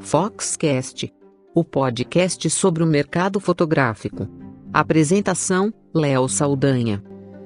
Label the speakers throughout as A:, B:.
A: Foxcast, o podcast sobre o mercado fotográfico. Apresentação: Léo Saldanha.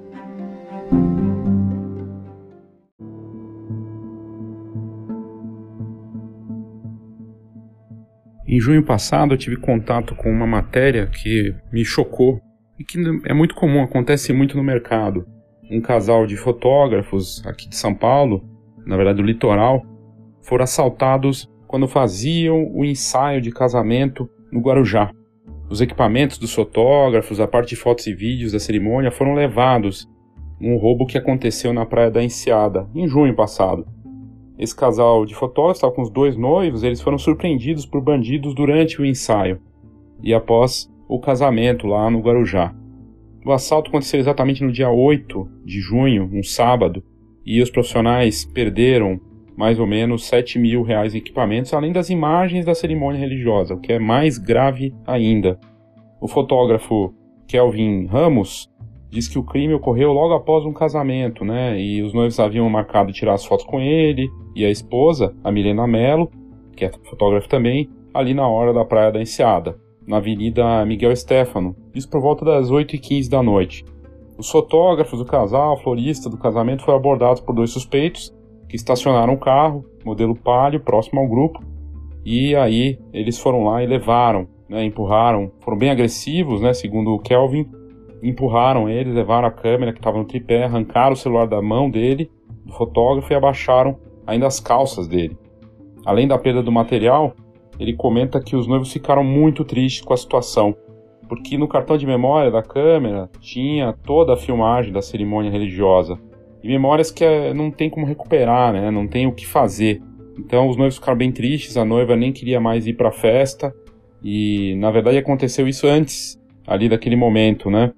B: Em junho passado eu tive contato com uma matéria que me chocou e que é muito comum, acontece muito no mercado. Um casal de fotógrafos aqui de São Paulo, na verdade do litoral, foram assaltados quando faziam o ensaio de casamento no Guarujá. Os equipamentos dos fotógrafos, a parte de fotos e vídeos da cerimônia foram levados num roubo que aconteceu na Praia da Enseada, em junho passado. Esse casal de fotógrafos estava com os dois noivos, eles foram surpreendidos por bandidos durante o ensaio e após o casamento lá no Guarujá. O assalto aconteceu exatamente no dia 8 de junho, um sábado, e os profissionais perderam mais ou menos R$7 mil em equipamentos, além das imagens da cerimônia religiosa, o que é mais grave ainda. O fotógrafo Kelvin Ramos diz que o crime ocorreu logo após um casamento, né? E os noivos haviam marcado tirar as fotos com ele e a esposa, a Milena Mello, que é fotógrafa também, ali na hora da Praia da Enseada, na Avenida Miguel Stéfano, isso por volta das 8h15 da noite. Os fotógrafos do casal, a florista do casamento, foram abordados por dois suspeitos que estacionaram o carro, modelo Palio, próximo ao grupo, e aí eles foram lá e levaram, né, empurraram, foram bem agressivos, né, segundo o Kelvin, empurraram eles, levaram a câmera que estava no tripé, arrancaram o celular da mão dele, do fotógrafo, e abaixaram ainda as calças dele. Além da perda do material, ele comenta que os noivos ficaram muito tristes com a situação, porque no cartão de memória da câmera tinha toda a filmagem da cerimônia religiosa, e memórias que não tem como recuperar, né? Não tem o que fazer. Então os noivos ficaram bem tristes, a noiva nem queria mais ir para a festa, e na verdade aconteceu isso antes ali daquele momento, né,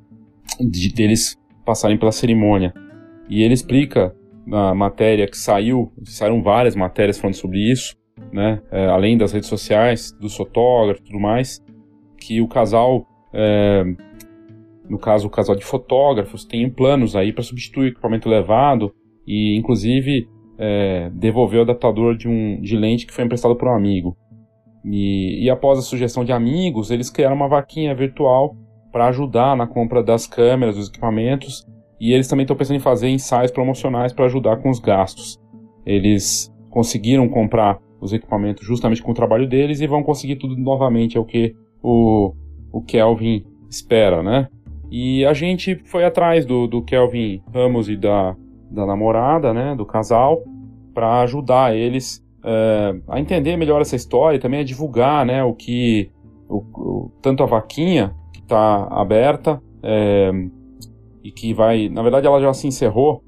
B: deles passarem pela cerimônia. E ele explica na matéria que saíram várias matérias falando sobre isso, né, além das redes sociais, dos fotógrafos e tudo mais, que o casal, no caso o casal de fotógrafos, tem planos aí para substituir o equipamento levado e inclusive devolver o adaptador de lente que foi emprestado por um amigo. E após a sugestão de amigos, eles criaram uma vaquinha virtual para ajudar na compra das câmeras, dos equipamentos, e eles também estão pensando em fazer ensaios promocionais para ajudar com os gastos. Eles conseguiram comprar os equipamentos justamente com o trabalho deles e vão conseguir tudo novamente, é o que o Kelvin espera, né? E a gente foi atrás do Kelvin Ramos e da namorada, né, do casal, para ajudar eles a entender melhor essa história e também a divulgar, né, tanto a vaquinha que está aberta e que vai, na verdade ela já se encerrou,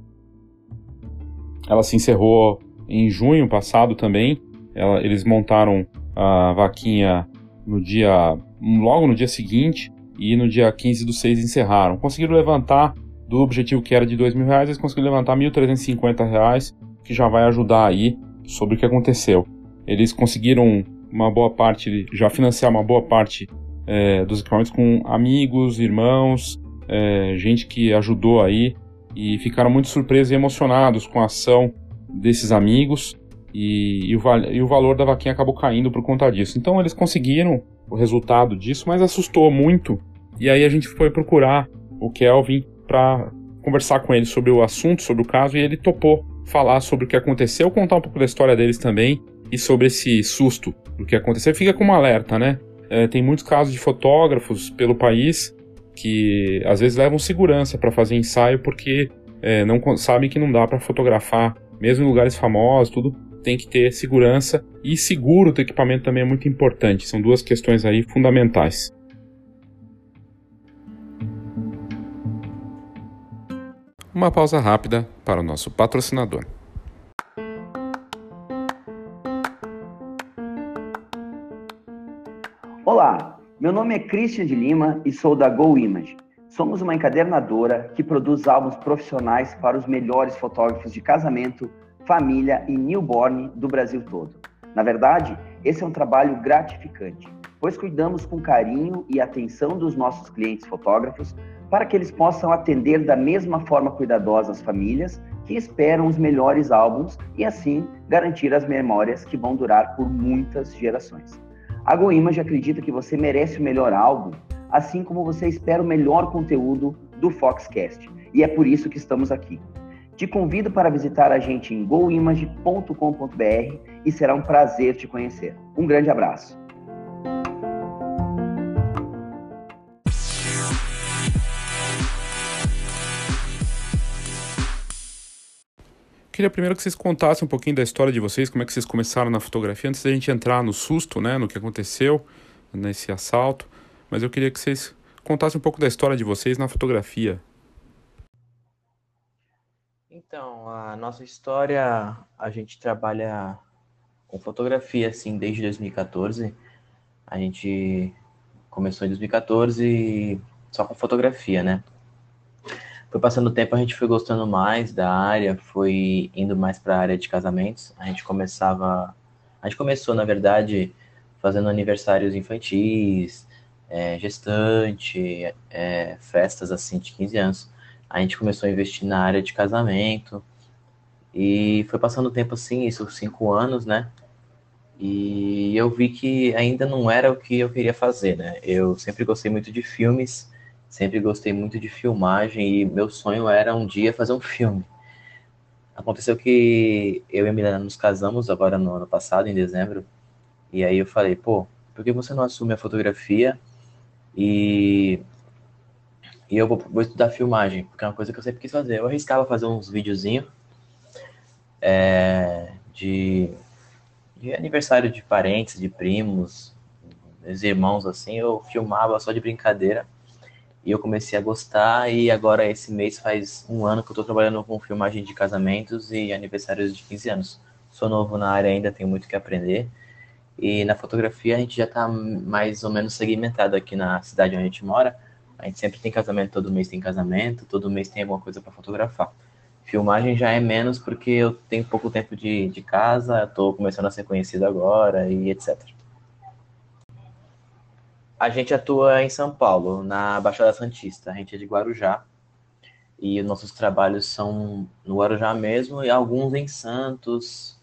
B: em junho passado também. Eles montaram a vaquinha logo no dia seguinte, e no dia 15/6 encerraram. Conseguiram levantar, do objetivo que era de R$2.000, eles conseguiram levantar R$1.350, que já vai ajudar aí sobre o que aconteceu. Eles conseguiram já financiar uma boa parte dos equipamentos com amigos, irmãos, gente que ajudou aí, e ficaram muito surpresos e emocionados com a ação desses amigos, e o valor da vaquinha acabou caindo por conta disso. Então eles conseguiram o resultado disso, mas assustou muito, e aí a gente foi procurar o Kelvin para conversar com ele sobre o assunto, sobre o caso, e ele topou falar sobre o que aconteceu, contar um pouco da história deles também e sobre esse susto do que aconteceu. Fica como alerta, né? Tem muitos casos de fotógrafos pelo país que às vezes levam segurança para fazer ensaio porque não sabem que não dá para fotografar, mesmo em lugares famosos, tudo tem que ter segurança, e seguro do equipamento também é muito importante. São duas questões aí fundamentais. Uma pausa rápida para o nosso patrocinador.
C: Olá, meu nome é Christian de Lima e sou da Go Image. Somos uma encadernadora que produz álbuns profissionais para os melhores fotógrafos de casamento, família e newborn do Brasil todo. Na verdade, esse é um trabalho gratificante, pois cuidamos com carinho e atenção dos nossos clientes fotógrafos para que eles possam atender da mesma forma cuidadosa as famílias que esperam os melhores álbuns e assim garantir as memórias que vão durar por muitas gerações. A GoImage acredita que você merece o melhor álbum, assim como você espera o melhor conteúdo do Foxcast, e é por isso que estamos aqui. Te convido para visitar a gente em goimage.com.br e será um prazer te conhecer. Um grande abraço.
B: Queria primeiro que vocês contassem um pouquinho da história de vocês, como é que vocês começaram na fotografia, antes da gente entrar no susto, né, no que aconteceu, nesse assalto. Mas eu queria que vocês contassem um pouco da história de vocês na fotografia.
D: Então, a nossa história, a gente trabalha com fotografia, assim, desde 2014. A gente começou em 2014 só com fotografia, né? Foi passando o tempo, a gente foi gostando mais da área, foi indo mais para a área de casamentos. A gente começou, na verdade, fazendo aniversários infantis, gestante, festas assim de 15 anos. A gente começou a investir na área de casamento e foi passando o tempo assim, isso 5 anos, né? E eu vi que ainda não era o que eu queria fazer, né? Eu sempre gostei muito de filmes, sempre gostei muito de filmagem e meu sonho era um dia fazer um filme. Aconteceu que eu e a Milena nos casamos agora no ano passado, em dezembro, e aí eu falei, pô, por que você não assume a fotografia e eu vou estudar filmagem? Porque é uma coisa que eu sempre quis fazer. Eu arriscava fazer uns videozinhos de aniversário de parentes, de primos, meus irmãos, assim, eu filmava só de brincadeira. E eu comecei a gostar, e agora esse mês faz 1 ano que eu estou trabalhando com filmagem de casamentos e aniversários de 15 anos. Sou novo na área ainda, tenho muito que aprender. E na fotografia a gente já está mais ou menos segmentado aqui na cidade onde a gente mora. A gente sempre tem casamento, todo mês tem casamento, todo mês tem alguma coisa para fotografar. Filmagem já é menos porque eu tenho pouco tempo de casa, estou começando a ser conhecido agora e etc. A gente atua em São Paulo, na Baixada Santista. A gente é de Guarujá e os nossos trabalhos são no Guarujá mesmo e alguns em Santos,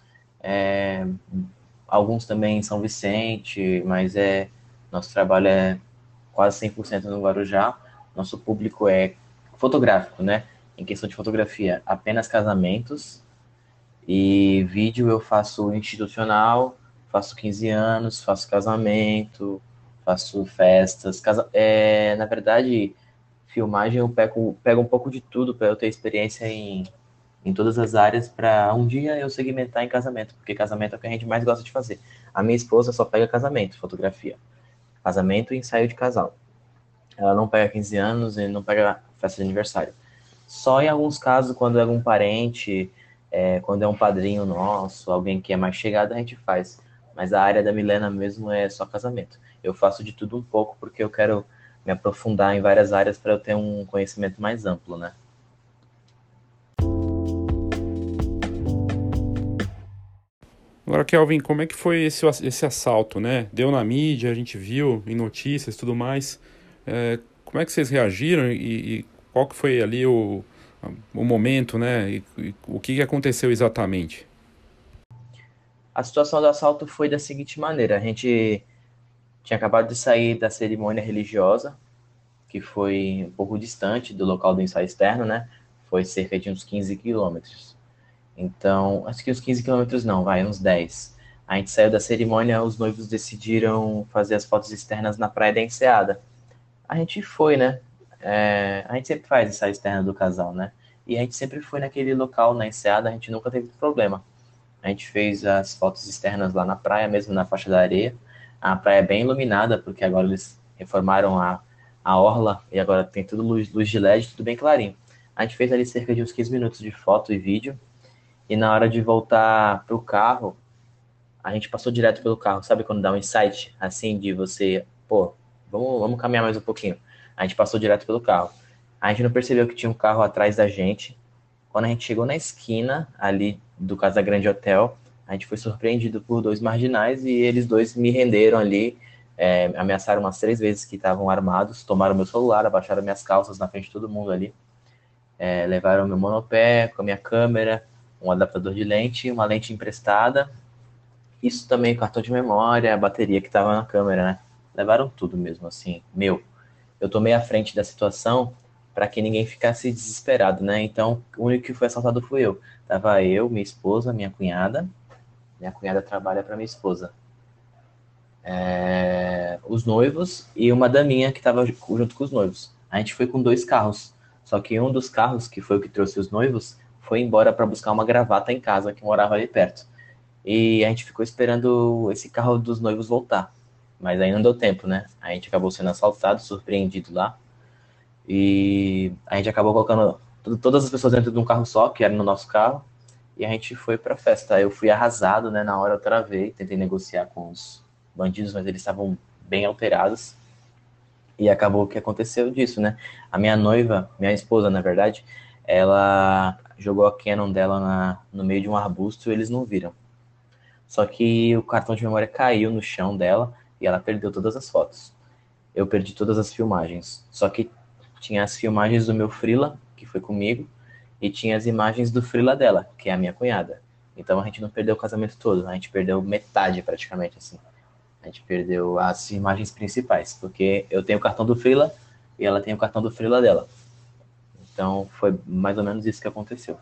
D: alguns também em São Vicente, mas nosso trabalho é quase 100% no Guarujá. Nosso público é fotográfico, né? Em questão de fotografia, apenas casamentos, e vídeo eu faço institucional, faço 15 anos, faço casamento, faço festas. Na verdade, filmagem eu pego um pouco de tudo para eu ter experiência em todas as áreas, para um dia eu segmentar em casamento, porque casamento é o que a gente mais gosta de fazer. A minha esposa só pega casamento, fotografia. Casamento e ensaio de casal. Ela não pega 15 anos e não pega festa de aniversário. Só em alguns casos, quando é algum parente, quando é um padrinho nosso, alguém que é mais chegado, a gente faz. Mas a área da Milena mesmo é só casamento. Eu faço de tudo um pouco, porque eu quero me aprofundar em várias áreas para eu ter um conhecimento mais amplo, né?
B: Agora, Kelvin, como é que foi esse assalto, né? Deu na mídia, a gente viu em notícias e tudo mais. Como é que vocês reagiram e qual que foi ali o momento, né? E o que aconteceu exatamente?
D: A situação do assalto foi da seguinte maneira. A gente tinha acabado de sair da cerimônia religiosa, que foi um pouco distante do local do ensaio externo, né? Foi cerca de uns 15 quilômetros. Então, acho que uns 15 quilômetros não, uns 10. A gente saiu da cerimônia, os noivos decidiram fazer as fotos externas na Praia da Enseada. A gente foi, né? A gente sempre faz ensaio externo do casal, né? E a gente sempre foi naquele local, na Enseada, a gente nunca teve problema. A gente fez as fotos externas lá na praia, mesmo na faixa da areia. A praia é bem iluminada, porque agora eles reformaram a orla e agora tem tudo luz de LED, tudo bem clarinho. A gente fez ali cerca de uns 15 minutos de foto e vídeo. E na hora de voltar pro carro, a gente passou direto pelo carro. Sabe quando dá um insight, assim, de você, pô, vamos caminhar mais um pouquinho. A gente passou direto pelo carro. A gente não percebeu que tinha um carro atrás da gente. Quando a gente chegou na esquina, ali do Casa Grande Hotel, a gente foi surpreendido por 2 marginais e eles 2 me renderam ali, ameaçaram umas 3 vezes que estavam armados, tomaram meu celular, abaixaram minhas calças na frente de todo mundo ali. Levaram meu monopé com a minha câmera, um adaptador de lente, uma lente emprestada. Isso também, cartão de memória, a bateria que estava na câmera, né? Levaram tudo mesmo, assim. Eu tomei a frente da situação para que ninguém ficasse desesperado, né? Então, o único que foi assaltado fui eu. Tava eu, minha esposa, minha cunhada. Minha cunhada trabalha para minha esposa. Os noivos e uma daminha que estava junto com os noivos. A gente foi com 2 carros. Só que um dos carros, que foi o que trouxe os noivos, foi embora para buscar uma gravata em casa, que morava ali perto. E a gente ficou esperando esse carro dos noivos voltar. Mas aí não deu tempo, né? A gente acabou sendo assaltado, surpreendido lá. E a gente acabou colocando todas as pessoas dentro de um carro só, que era no nosso carro. E a gente foi pra festa. Eu fui arrasado, né? Na hora eu travei, tentei negociar com os bandidos, mas eles estavam bem alterados. E acabou o que aconteceu disso, né? A minha noiva, minha esposa, na verdade, ela jogou a Canon dela no meio de um arbusto e eles não viram. Só que o cartão de memória caiu no chão dela e ela perdeu todas as fotos. Eu perdi todas as filmagens. Só que tinha as filmagens do meu freela, que foi comigo, e tinha as imagens do freela dela, que é a minha cunhada. Então a gente não perdeu o casamento todo, a gente perdeu metade praticamente, assim. A gente perdeu as imagens principais, porque eu tenho o cartão do freela e ela tem o cartão do freela dela. Então foi mais ou menos isso que aconteceu.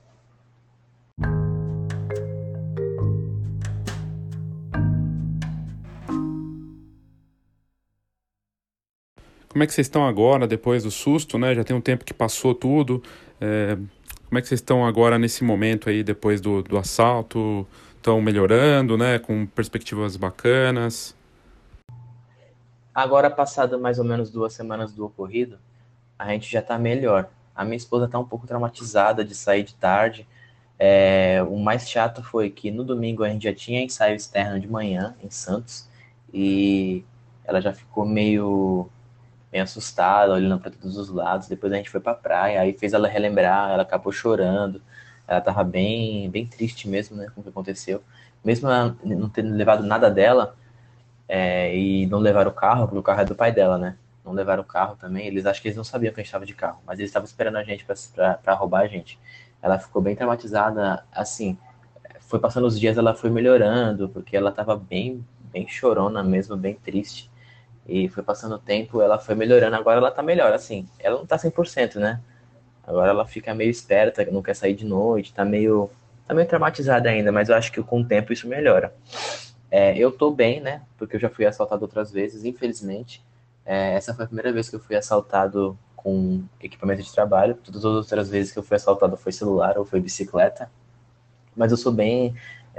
B: Como é que vocês estão agora, depois do susto, né? Já tem um tempo que passou tudo. Como é que vocês estão agora nesse momento aí, depois do assalto? Estão melhorando, né? Com perspectivas bacanas?
D: Agora, passado mais ou menos 2 semanas do ocorrido, a gente já tá melhor. A minha esposa tá um pouco traumatizada de sair de tarde. O mais chato foi que no domingo a gente já tinha ensaio externo de manhã em Santos e ela já ficou meio assustada, olhando para todos os lados. Depois a gente foi pra praia, aí fez ela relembrar, ela acabou chorando. Ela tava bem, bem triste mesmo, né, com o que aconteceu. Mesmo ela não tendo levado nada dela, e não levaram o carro, porque o carro é do pai dela, né? Não levaram o carro também. Acho que eles não sabiam que a gente estava de carro, mas eles estavam esperando a gente para roubar a gente. Ela ficou bem traumatizada, assim. Foi passando os dias, ela foi melhorando, porque ela estava bem, bem chorona mesmo, bem triste. E foi passando o tempo, ela foi melhorando. Agora ela tá melhor, assim. Ela não tá 100%, né? Agora ela fica meio esperta, não quer sair de noite, tá meio traumatizada ainda, mas eu acho que com o tempo isso melhora. Eu tô bem, né? Porque eu já fui assaltado outras vezes, infelizmente. Essa foi a primeira vez que eu fui assaltado com equipamento de trabalho. Todas as outras vezes que eu fui assaltado foi celular ou foi bicicleta. Mas eu sou bem.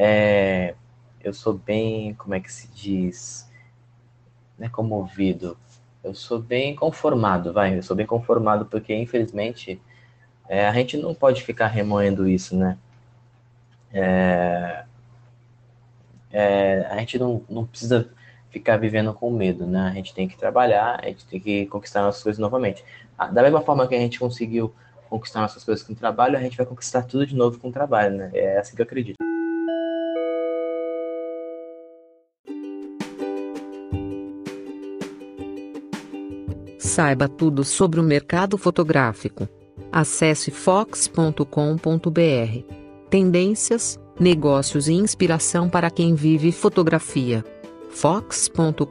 D: Como é que se diz? Não é comovido. Eu sou bem conformado, vai. Eu sou bem conformado porque, infelizmente, a gente não pode ficar remoendo isso, né? A gente não precisa ficar vivendo com medo, né? A gente tem que trabalhar, a gente tem que conquistar nossas coisas novamente. Da mesma forma que a gente conseguiu conquistar nossas coisas com o trabalho, a gente vai conquistar tudo de novo com o trabalho, né? É assim que eu acredito.
A: Saiba tudo sobre o mercado fotográfico. Acesse fox.com.br. Tendências, negócios e inspiração para quem vive fotografia. fox.com.br.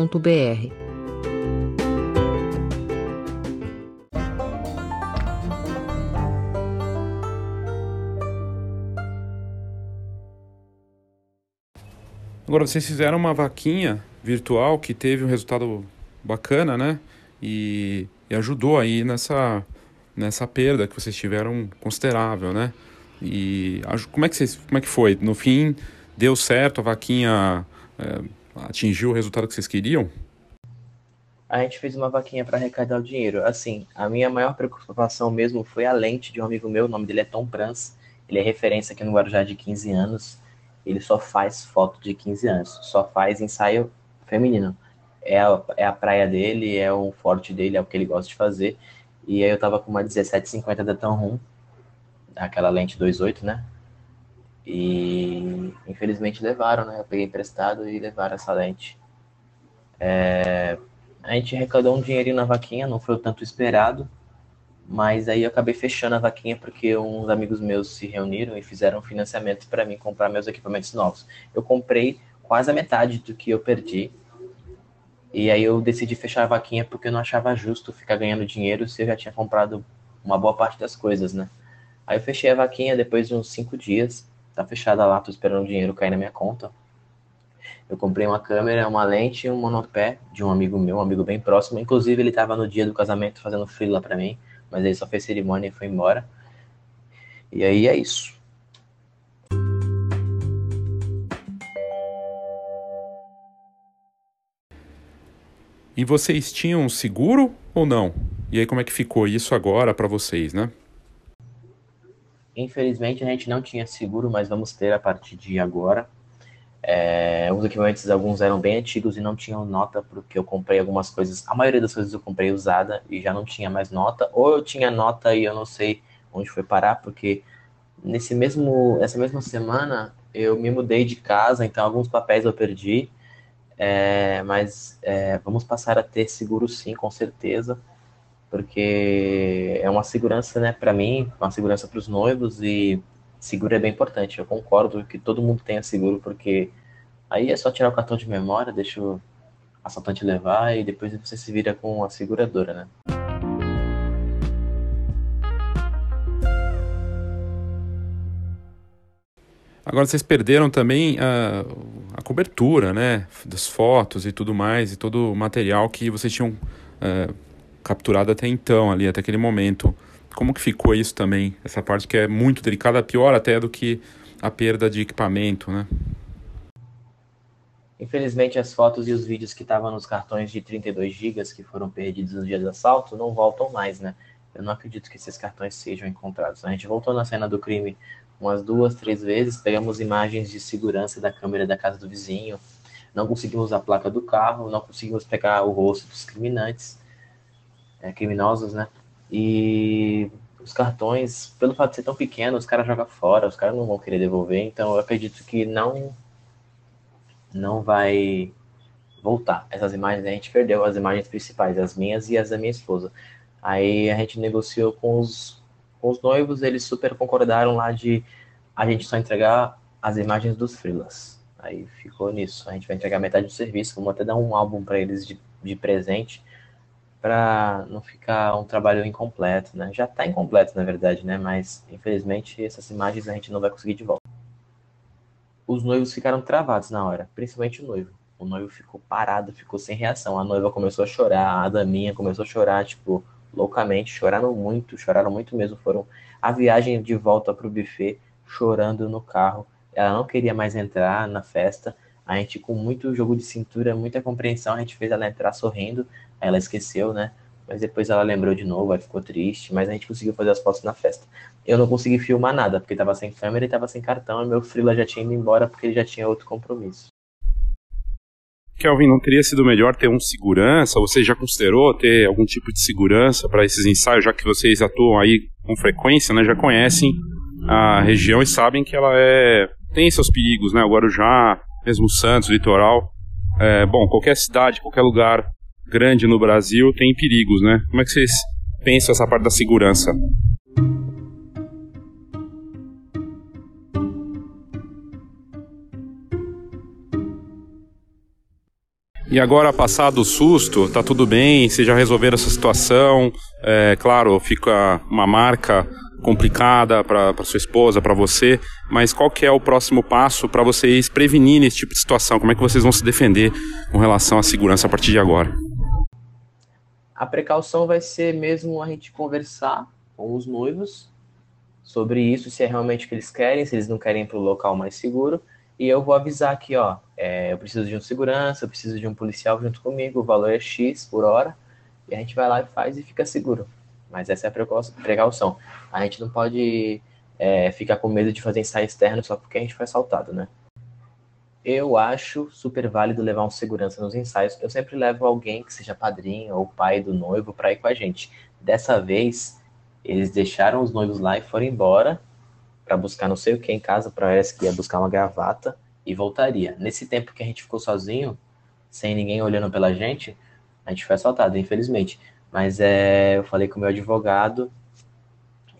B: Agora, vocês fizeram uma vaquinha virtual que teve um resultado bacana, né? E ajudou aí nessa perda que vocês tiveram considerável, né? E como é que foi? No fim, deu certo? A vaquinha atingiu o resultado que vocês queriam?
D: A gente fez uma vaquinha para arrecadar o dinheiro. Assim, a minha maior preocupação mesmo foi a lente de um amigo meu, o nome dele é Tom Prans. Ele é referência aqui no Guarujá de 15 anos. Ele só faz foto de 15 anos, só faz ensaio feminino. É a praia dele, é o forte dele, é o que ele gosta de fazer. E aí eu tava com uma 1750 da Tamron, aquela lente 2.8, né? E infelizmente levaram, né? Eu peguei emprestado e levaram essa lente. A gente arrecadou um dinheirinho na vaquinha, não foi o tanto esperado, Mas aí eu acabei fechando a vaquinha porque uns amigos meus se reuniram e fizeram um financiamento para mim comprar meus equipamentos novos. Eu comprei quase a metade do que eu perdi. E aí eu decidi fechar a vaquinha porque eu não achava justo ficar ganhando dinheiro se eu já tinha comprado uma boa parte das coisas, né? Aí eu fechei a vaquinha depois de uns 5 dias. Tá fechada lá, tô esperando o dinheiro cair na minha conta. Eu comprei uma câmera, uma lente e um monopé de um amigo meu, um amigo bem próximo. Inclusive, ele estava no dia do casamento fazendo freela para mim, mas ele só fez cerimônia e foi embora. E aí é isso.
B: E vocês tinham seguro ou não? E aí como é que ficou isso agora para vocês, né?
D: Infelizmente, a gente não tinha seguro, mas vamos ter a partir de agora. Os equipamentos, alguns eram bem antigos e não tinham nota, porque eu comprei algumas coisas, a maioria das coisas eu comprei usada e já não tinha mais nota, ou eu tinha nota e eu não sei onde foi parar, porque essa mesma semana eu me mudei de casa, então alguns papéis eu perdi, mas vamos passar a ter seguro sim, com certeza, porque é uma segurança, né, para mim, uma segurança para os noivos, e seguro é bem importante. Eu concordo que todo mundo tenha seguro, porque aí é só tirar o cartão de memória, deixa o assaltante levar e depois você se vira com a seguradora, né?
B: Agora vocês perderam também a cobertura, né? Das fotos e tudo mais, e todo o material que vocês tinham capturado até então, ali, até aquele momento. Como que ficou isso também? Essa parte que é muito delicada, pior até do que a perda de equipamento, né?
D: Infelizmente, as fotos e os vídeos que estavam nos cartões de 32 gigas que foram perdidos no dia do assalto não voltam mais, né? Eu não acredito que esses cartões sejam encontrados. A gente voltou na cena do crime umas 2, 3 vezes, pegamos imagens de segurança da câmera da casa do vizinho, não conseguimos a placa do carro, não conseguimos pegar o rosto dos criminosos, né? E os cartões, pelo fato de ser tão pequeno, os caras jogam fora, os caras não vão querer devolver, então eu acredito que não vai voltar. Essas imagens a gente perdeu, as imagens principais, as minhas e as da minha esposa. Aí a gente negociou com os noivos, eles super concordaram lá de a gente só entregar as imagens dos freelas. Aí ficou nisso. A gente vai entregar metade do serviço, vamos até dar um álbum para eles de presente, para não ficar um trabalho incompleto, né? Já está incompleto, na verdade, né? Mas, infelizmente, essas imagens a gente não vai conseguir de volta. Os noivos ficaram travados na hora, principalmente o noivo. O noivo ficou parado, ficou sem reação. A noiva começou a chorar, a daminha começou a chorar, tipo, loucamente. Choraram muito mesmo. Foram a viagem de volta pro buffet, chorando no carro. Ela não queria mais entrar na festa. A gente, com muito jogo de cintura, muita compreensão, a gente fez ela entrar sorrindo. Aí ela esqueceu, né? Mas depois ela lembrou de novo, aí ficou triste. Mas a gente conseguiu fazer as fotos na festa. Eu não consegui filmar nada, porque tava sem câmera e tava sem cartão, e meu freela já tinha ido embora porque ele já tinha outro compromisso.
B: Kelvin, não teria sido melhor ter um segurança? Você já considerou ter algum tipo de segurança para esses ensaios, já que vocês atuam aí com frequência, né? Já conhecem a região e sabem que ela tem seus perigos, né? O Guarujá, mesmo Santos, Litoral. Bom, qualquer cidade, qualquer lugar grande no Brasil tem perigos, né? Como é que vocês pensam essa parte da segurança? E agora, passado o susto, tá tudo bem? Vocês já resolveram essa situação? Claro, fica uma marca complicada para sua esposa, para você, mas qual que é o próximo passo para vocês prevenirem esse tipo de situação? Como é que vocês vão se defender com relação à segurança a partir de agora?
D: A precaução vai ser mesmo a gente conversar com os noivos sobre isso, se é realmente o que eles querem, se eles não querem ir para o local mais seguro. E eu vou avisar aqui, ó, eu preciso de um segurança, eu preciso de um policial junto comigo, o valor é X por hora, e a gente vai lá e faz e fica seguro. Mas essa é a precaução. A gente não pode ficar com medo de fazer ensaio externo só porque a gente foi assaltado, né? Eu acho super válido levar um segurança nos ensaios. Eu sempre levo alguém que seja padrinho ou pai do noivo para ir com a gente. Dessa vez, eles deixaram os noivos lá e foram embora para buscar não sei o que em casa, parece que ia buscar uma gravata e voltaria. Nesse tempo que a gente ficou sozinho, sem ninguém olhando pela gente, a gente foi assaltado, infelizmente. Mas eu falei com o meu advogado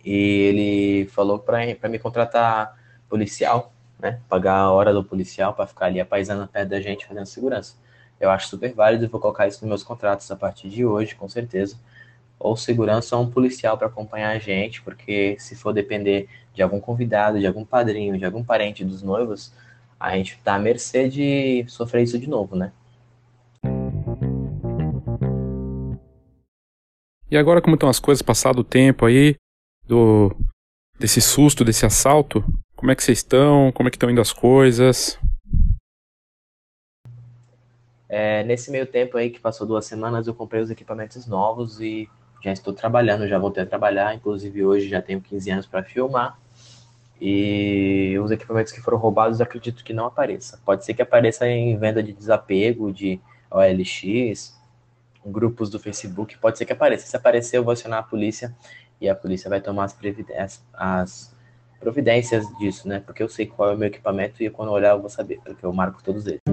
D: E ele falou para me contratar policial, né? Pagar a hora do policial para ficar ali apaisando perto da gente, fazendo segurança. Eu acho super válido, vou colocar isso nos meus contratos a partir de hoje, com certeza. Ou segurança ou um policial para acompanhar a gente, porque se for depender de algum convidado, de algum padrinho, de algum parente dos noivos, a gente tá à mercê de sofrer isso de novo, né?
B: E agora, como estão as coisas, passado o tempo aí, desse susto, desse assalto, como é que vocês estão? Como é que estão indo as coisas?
D: Nesse meio tempo aí, que passou 2 semanas, eu comprei os equipamentos novos e já estou trabalhando, já voltei a trabalhar, inclusive hoje já tenho 15 anos para filmar. E os equipamentos que foram roubados, eu acredito que não apareça. Pode ser que apareça em venda de desapego, de OLX, grupos do Facebook, pode ser que apareça. Se aparecer, eu vou acionar a polícia e a polícia vai tomar as providências disso, né? Porque eu sei qual é o meu equipamento e quando eu olhar eu vou saber, porque eu marco todos eles.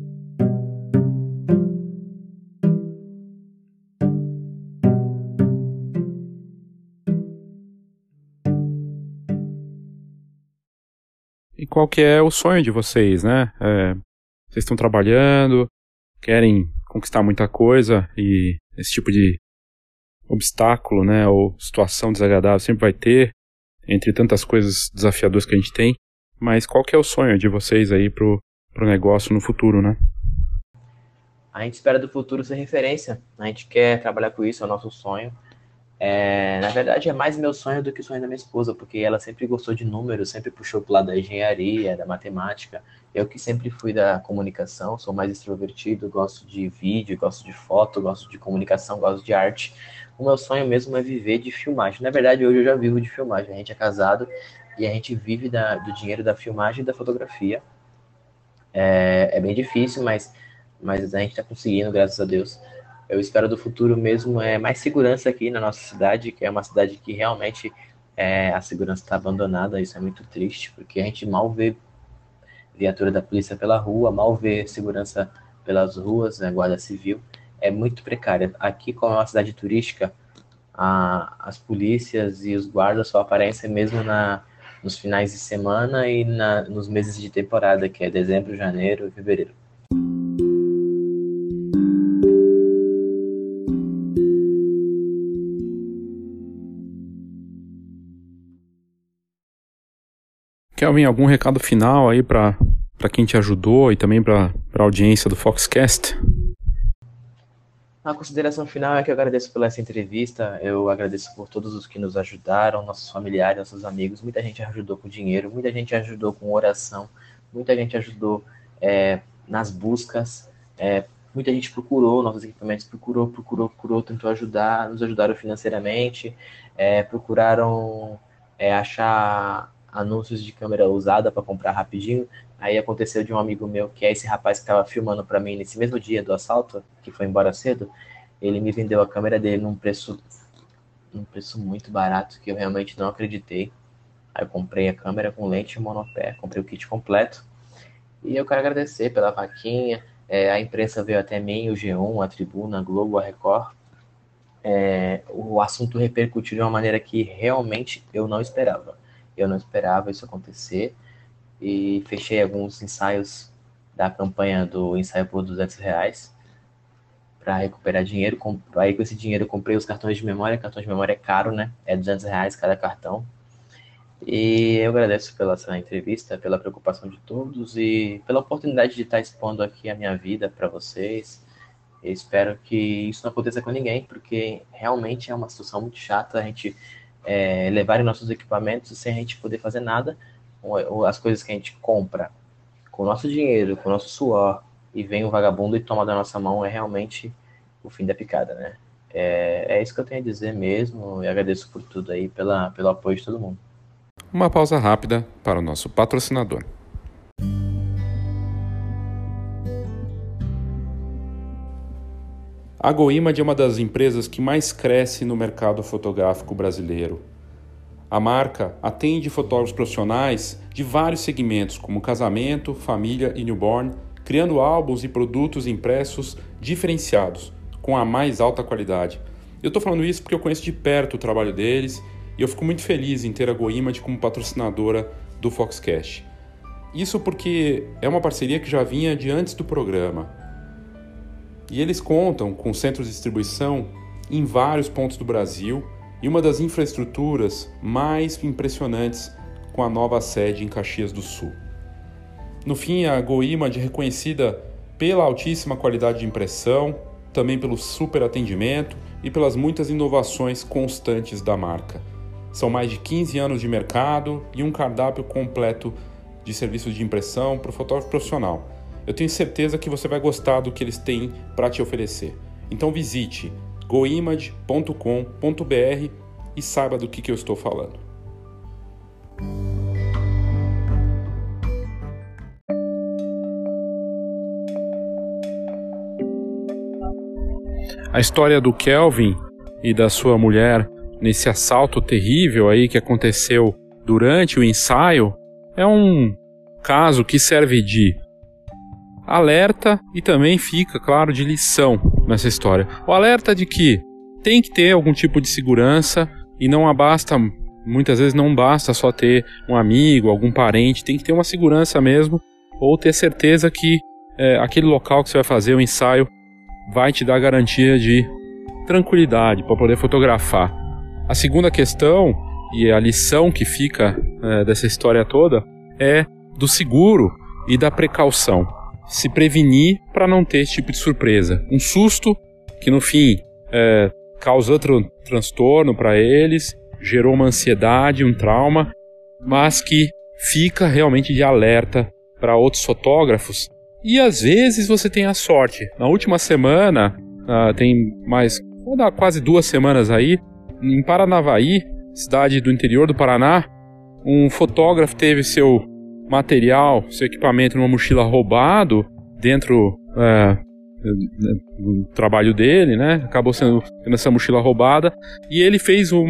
B: E qual que é o sonho de vocês, né? Vocês estão trabalhando, querem conquistar muita coisa e esse tipo de obstáculo, né, ou situação desagradável sempre vai ter, entre tantas coisas desafiadoras que a gente tem, mas qual que é o sonho de vocês aí pro negócio no futuro, né?
D: A gente espera do futuro ser referência, a gente quer trabalhar com isso, é o nosso sonho. Na verdade, é mais meu sonho do que o sonho da minha esposa, porque ela sempre gostou de números, sempre puxou pro lado da engenharia, da matemática. Eu que sempre fui da comunicação, sou mais extrovertido, gosto de vídeo, gosto de foto, gosto de comunicação, gosto de arte. O meu sonho mesmo é viver de filmagem. Na verdade, hoje eu já vivo de filmagem. A gente é casado e a gente vive do dinheiro da filmagem e da fotografia. É bem difícil, mas a gente está conseguindo, graças a Deus. Eu espero do futuro mesmo mais segurança aqui na nossa cidade, que é uma cidade que realmente a segurança está abandonada. Isso é muito triste, porque a gente mal vê viatura da polícia pela rua, mal vê segurança pelas ruas, a guarda civil. É muito precária. Aqui, como é uma cidade turística, as polícias e os guardas só aparecem mesmo nos finais de semana e nos meses de temporada, que é dezembro, janeiro e fevereiro.
B: Kelvin, algum recado final aí para quem te ajudou e também para a audiência do Foxcast?
D: A consideração final é que eu agradeço pela essa entrevista, eu agradeço por todos os que nos ajudaram, nossos familiares, nossos amigos. Muita gente ajudou com dinheiro, muita gente ajudou com oração, muita gente ajudou nas buscas, muita gente procurou nossos equipamentos, procurou, tentou ajudar, nos ajudaram financeiramente, procuraram achar anúncios de câmera usada para comprar rapidinho. Aí aconteceu de um amigo meu, que é esse rapaz que estava filmando para mim nesse mesmo dia do assalto, que foi embora cedo, ele me vendeu a câmera dele num preço muito barato, que eu realmente não acreditei. Aí eu comprei a câmera com lente e monopé, comprei o kit completo. E eu quero agradecer pela vaquinha, a imprensa veio até mim, o G1, a Tribuna, a Globo, a Record. O assunto repercutiu de uma maneira que realmente eu não esperava. Eu não esperava isso acontecer e fechei alguns ensaios da campanha do ensaio por R$200 para recuperar dinheiro. Aí com esse dinheiro eu comprei os cartões de memória. Cartão de memória é caro, né? É R$200 cada cartão. E eu agradeço pela essa entrevista, pela preocupação de todos e pela oportunidade de estar expondo aqui a minha vida para vocês. Eu espero que isso não aconteça com ninguém, porque realmente é uma situação muito chata a gente levarem nossos equipamentos sem a gente poder fazer nada. As coisas que a gente compra com o nosso dinheiro, com o nosso suor, e vem um vagabundo e toma da nossa mão, é realmente o fim da picada, né? É isso que eu tenho a dizer mesmo, e agradeço por tudo aí, pelo apoio de todo mundo.
B: Uma pausa rápida para o nosso patrocinador. A GoImage é uma das empresas que mais cresce no mercado fotográfico brasileiro. A marca atende fotógrafos profissionais de vários segmentos, como casamento, família e newborn, criando álbuns e produtos impressos diferenciados, com a mais alta qualidade. Eu estou falando isso porque eu conheço de perto o trabalho deles e eu fico muito feliz em ter a GoImage como patrocinadora do Foxcast. Isso porque é uma parceria que já vinha de antes do programa. E eles contam com centros de distribuição em vários pontos do Brasil e uma das infraestruturas mais impressionantes com a nova sede em Caxias do Sul. No fim, a GoImage é reconhecida pela altíssima qualidade de impressão, também pelo super atendimento e pelas muitas inovações constantes da marca. São mais de 15 anos de mercado e um cardápio completo de serviços de impressão para o fotógrafo profissional. Eu tenho certeza que você vai gostar do que eles têm para te oferecer. Então visite goimage.com.br e saiba do que eu estou falando. A história do Kelvin e da sua mulher nesse assalto terrível aí que aconteceu durante o ensaio é um caso que serve de alerta e também fica, claro, de lição nessa história. O alerta de que tem que ter algum tipo de segurança e muitas vezes não basta só ter um amigo, algum parente, tem que ter uma segurança mesmo ou ter certeza que aquele local que você vai fazer o ensaio vai te dar garantia de tranquilidade para poder fotografar. A segunda questão e a lição que fica dessa história toda é do seguro e da precaução. Se prevenir para não ter esse tipo de surpresa. Um susto que no fim causou transtorno para eles, gerou uma ansiedade, um trauma, mas que fica realmente de alerta para outros fotógrafos. E às vezes você tem a sorte. Na última semana, vou dar quase 2 semanas aí, em Paranavaí, cidade do interior do Paraná, um fotógrafo teve seu material, seu equipamento numa mochila roubado dentro do trabalho dele, né? Acabou sendo essa mochila roubada e ele fez um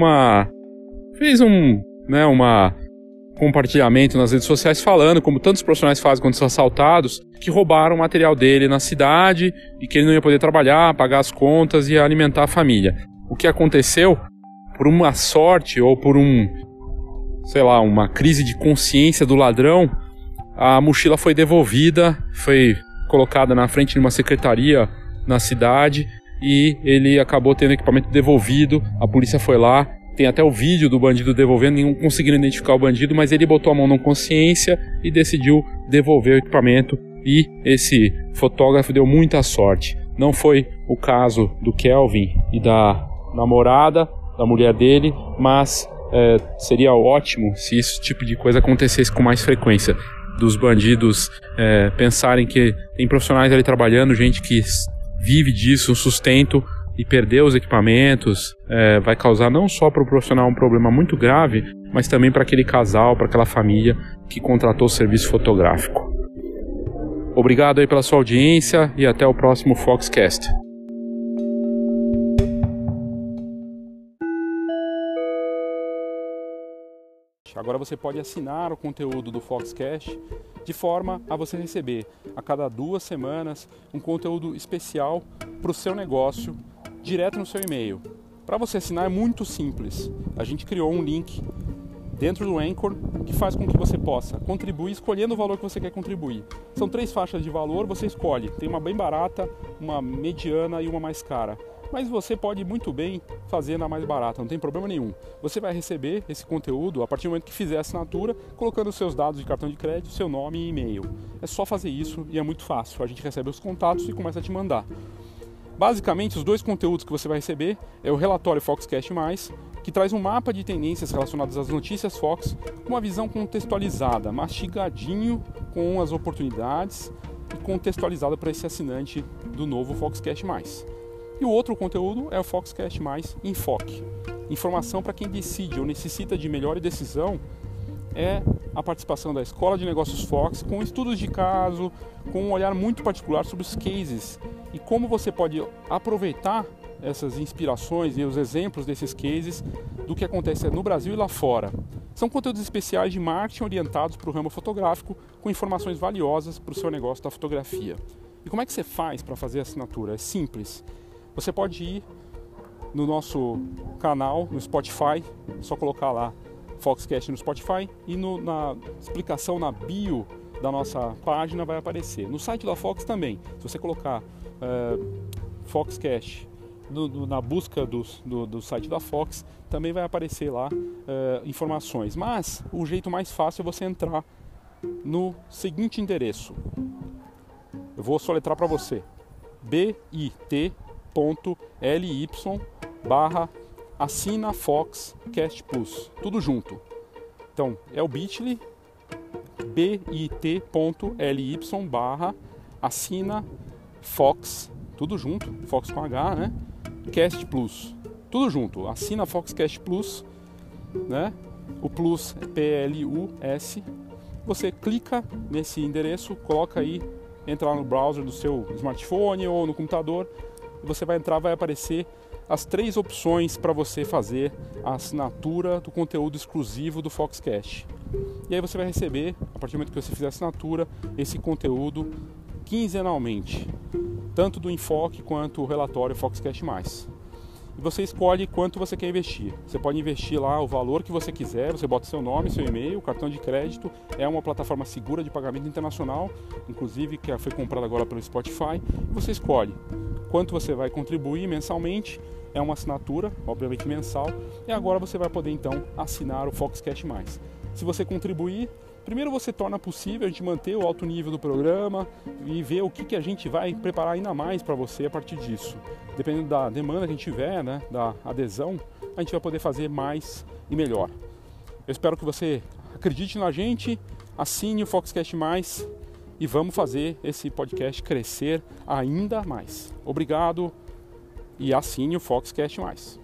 B: compartilhamento nas redes sociais falando, como tantos profissionais fazem quando são assaltados, que roubaram o material dele na cidade e que ele não ia poder trabalhar, pagar as contas e alimentar a família. O que aconteceu, por uma sorte ou por uma crise de consciência do ladrão, a mochila foi devolvida, foi colocada na frente de uma secretaria na cidade e ele acabou tendo o equipamento devolvido, a polícia foi lá. Tem até o vídeo do bandido devolvendo, nenhum conseguiram identificar o bandido, mas ele botou a mão na consciência e decidiu devolver o equipamento. E esse fotógrafo deu muita sorte. Não foi o caso do Kelvin e da namorada, da mulher dele, mas seria ótimo se esse tipo de coisa acontecesse com mais frequência. Dos bandidos pensarem que tem profissionais ali trabalhando, gente que vive disso, um sustento, e perder os equipamentos vai causar não só para o profissional um problema muito grave, mas também para aquele casal, para aquela família que contratou o serviço fotográfico. Obrigado aí pela sua audiência e até o próximo Foxcast. Agora você pode assinar o conteúdo do Foxcast de forma a você receber a cada 2 semanas um conteúdo especial para o seu negócio direto no seu e-mail. Para você assinar é muito simples. A gente criou um link dentro do Anchor que faz com que você possa contribuir escolhendo o valor que você quer contribuir. São 3 faixas de valor, você escolhe. Tem uma bem barata, uma mediana e uma mais cara. Mas você pode muito bem fazer na mais barata, não tem problema nenhum. Você vai receber esse conteúdo a partir do momento que fizer a assinatura, colocando os seus dados de cartão de crédito, seu nome e e-mail. É só fazer isso e é muito fácil. A gente recebe os contatos e começa a te mandar. Basicamente, os 2 conteúdos que você vai receber é o relatório Foxcast+, que traz um mapa de tendências relacionadas às notícias Fox, com uma visão contextualizada, mastigadinho com as oportunidades e contextualizada para esse assinante do novo Foxcast+. E o outro conteúdo é o Foxcast+ Enfoque. Informação para quem decide ou necessita de melhor decisão é a participação da Escola de Negócios Fox, com estudos de caso, com um olhar muito particular sobre os cases e como você pode aproveitar essas inspirações e os exemplos desses cases do que acontece no Brasil e lá fora. São conteúdos especiais de marketing orientados para o ramo fotográfico, com informações valiosas para o seu negócio da fotografia. E como é que você faz para fazer a assinatura? É simples. Você pode ir no nosso canal, no Spotify, é só colocar lá Foxcast no Spotify e na explicação, na bio da nossa página vai aparecer. No site da Fox também, se você colocar Foxcast na busca do site da Fox, também vai aparecer lá informações. Mas o jeito mais fácil é você entrar no seguinte endereço. Eu vou soletrar para você: bit.ly/assina Foxcast Plus, tudo junto. Então é o bit.ly, bit.ly/assina Fox, tudo junto, Fox com H, né? Cast Plus, tudo junto, assina Foxcast Plus, né? O Plus é PLUS. Você clica nesse endereço, coloca aí, entra lá no browser do seu smartphone ou no computador, e você vai entrar, vai aparecer as 3 opções para você fazer a assinatura do conteúdo exclusivo do Foxcast. E aí você vai receber, a partir do momento que você fizer a assinatura, esse conteúdo quinzenalmente, tanto do enfoque quanto o relatório Foxcast+. E você escolhe quanto você quer investir. Você pode investir lá o valor que você quiser, você bota seu nome, seu e-mail, cartão de crédito. É uma plataforma segura de pagamento internacional, inclusive que foi comprada agora pelo Spotify. E você escolhe quanto você vai contribuir mensalmente. É uma assinatura, obviamente mensal. E agora você vai poder então assinar o Foxcast+. Se você contribuir, primeiro você torna possível a gente manter o alto nível do programa e ver o que a gente vai preparar ainda mais para você a partir disso. Dependendo da demanda que a gente tiver, né, da adesão, a gente vai poder fazer mais e melhor. Eu espero que você acredite na gente, assine o Foxcast+, e vamos fazer esse podcast crescer ainda mais. Obrigado e assine o Foxcast+.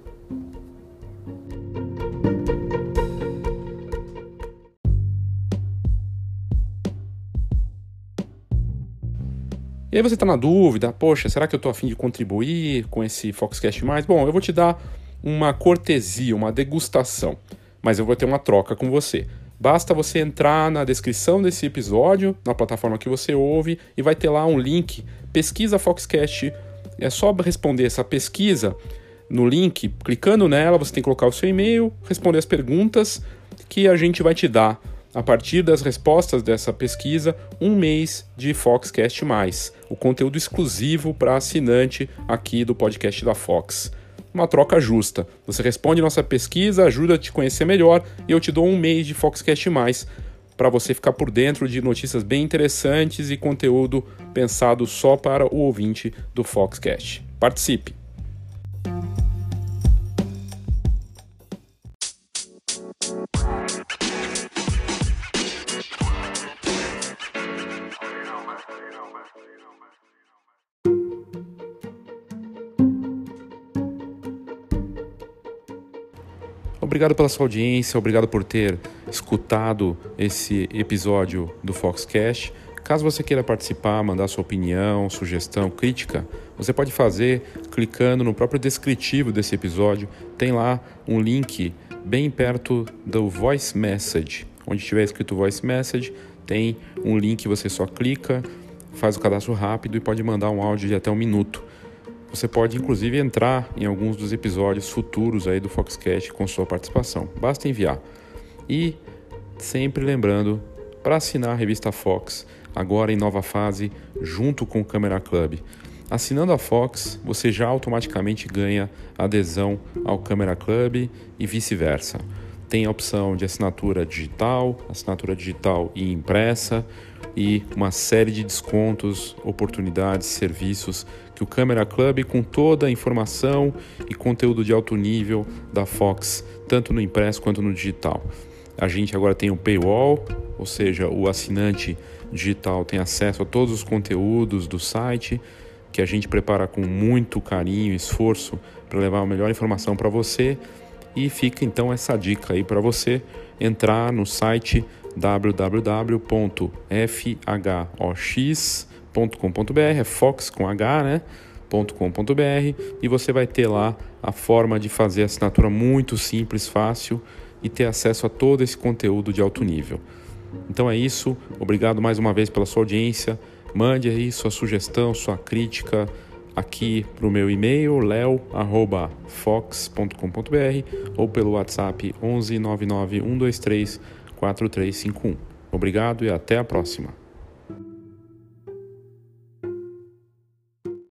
B: E aí você está na dúvida, poxa, será que eu estou a fim de contribuir com esse Foxcast+? Bom, eu vou te dar uma cortesia, uma degustação, mas eu vou ter uma troca com você. Basta você entrar na descrição desse episódio, na plataforma que você ouve, e vai ter lá um link, pesquisa Foxcast. É só responder essa pesquisa no link, clicando nela, você tem que colocar o seu e-mail, responder as perguntas que a gente vai te dar. A partir das respostas dessa pesquisa, 1 mês de Foxcast+, o conteúdo exclusivo para assinante aqui do podcast da Fox. Uma troca justa. Você responde nossa pesquisa, ajuda a te conhecer melhor e eu te dou 1 mês de Foxcast+, para você ficar por dentro de notícias bem interessantes e conteúdo pensado só para o ouvinte do Foxcast. Participe! Obrigado pela sua audiência, obrigado por ter escutado esse episódio do Foxcast. Caso você queira participar, mandar sua opinião, sugestão, crítica, você pode fazer clicando no próprio descritivo desse episódio. Tem lá um link bem perto do Voice Message. Onde tiver escrito Voice Message, tem um link, você só clica, faz o cadastro rápido e pode mandar um áudio de até 1 minuto. Você pode, inclusive, entrar em alguns dos episódios futuros aí do Foxcast com sua participação. Basta enviar. E, sempre lembrando, para assinar a revista Fox, agora em nova fase, junto com o Camera Club. Assinando a Fox, você já automaticamente ganha adesão ao Camera Club e vice-versa. Tem a opção de assinatura digital e impressa, e uma série de descontos, oportunidades, serviços que o Camera Club, com toda a informação e conteúdo de alto nível da Fox, tanto no impresso quanto no digital. A gente agora tem o paywall, ou seja, o assinante digital tem acesso a todos os conteúdos do site, que a gente prepara com muito carinho e esforço para levar a melhor informação para você. E fica então essa dica aí para você entrar no site www.fox.com.br, é Fox com H, né? .com.br, e você vai ter lá a forma de fazer a assinatura muito simples, fácil e ter acesso a todo esse conteúdo de alto nível. Então é isso, obrigado mais uma vez pela sua audiência. Mande aí sua sugestão, sua crítica, aqui para o meu e-mail leo@fox.com.br ou pelo WhatsApp 11 99 123 4351. Obrigado e até a próxima.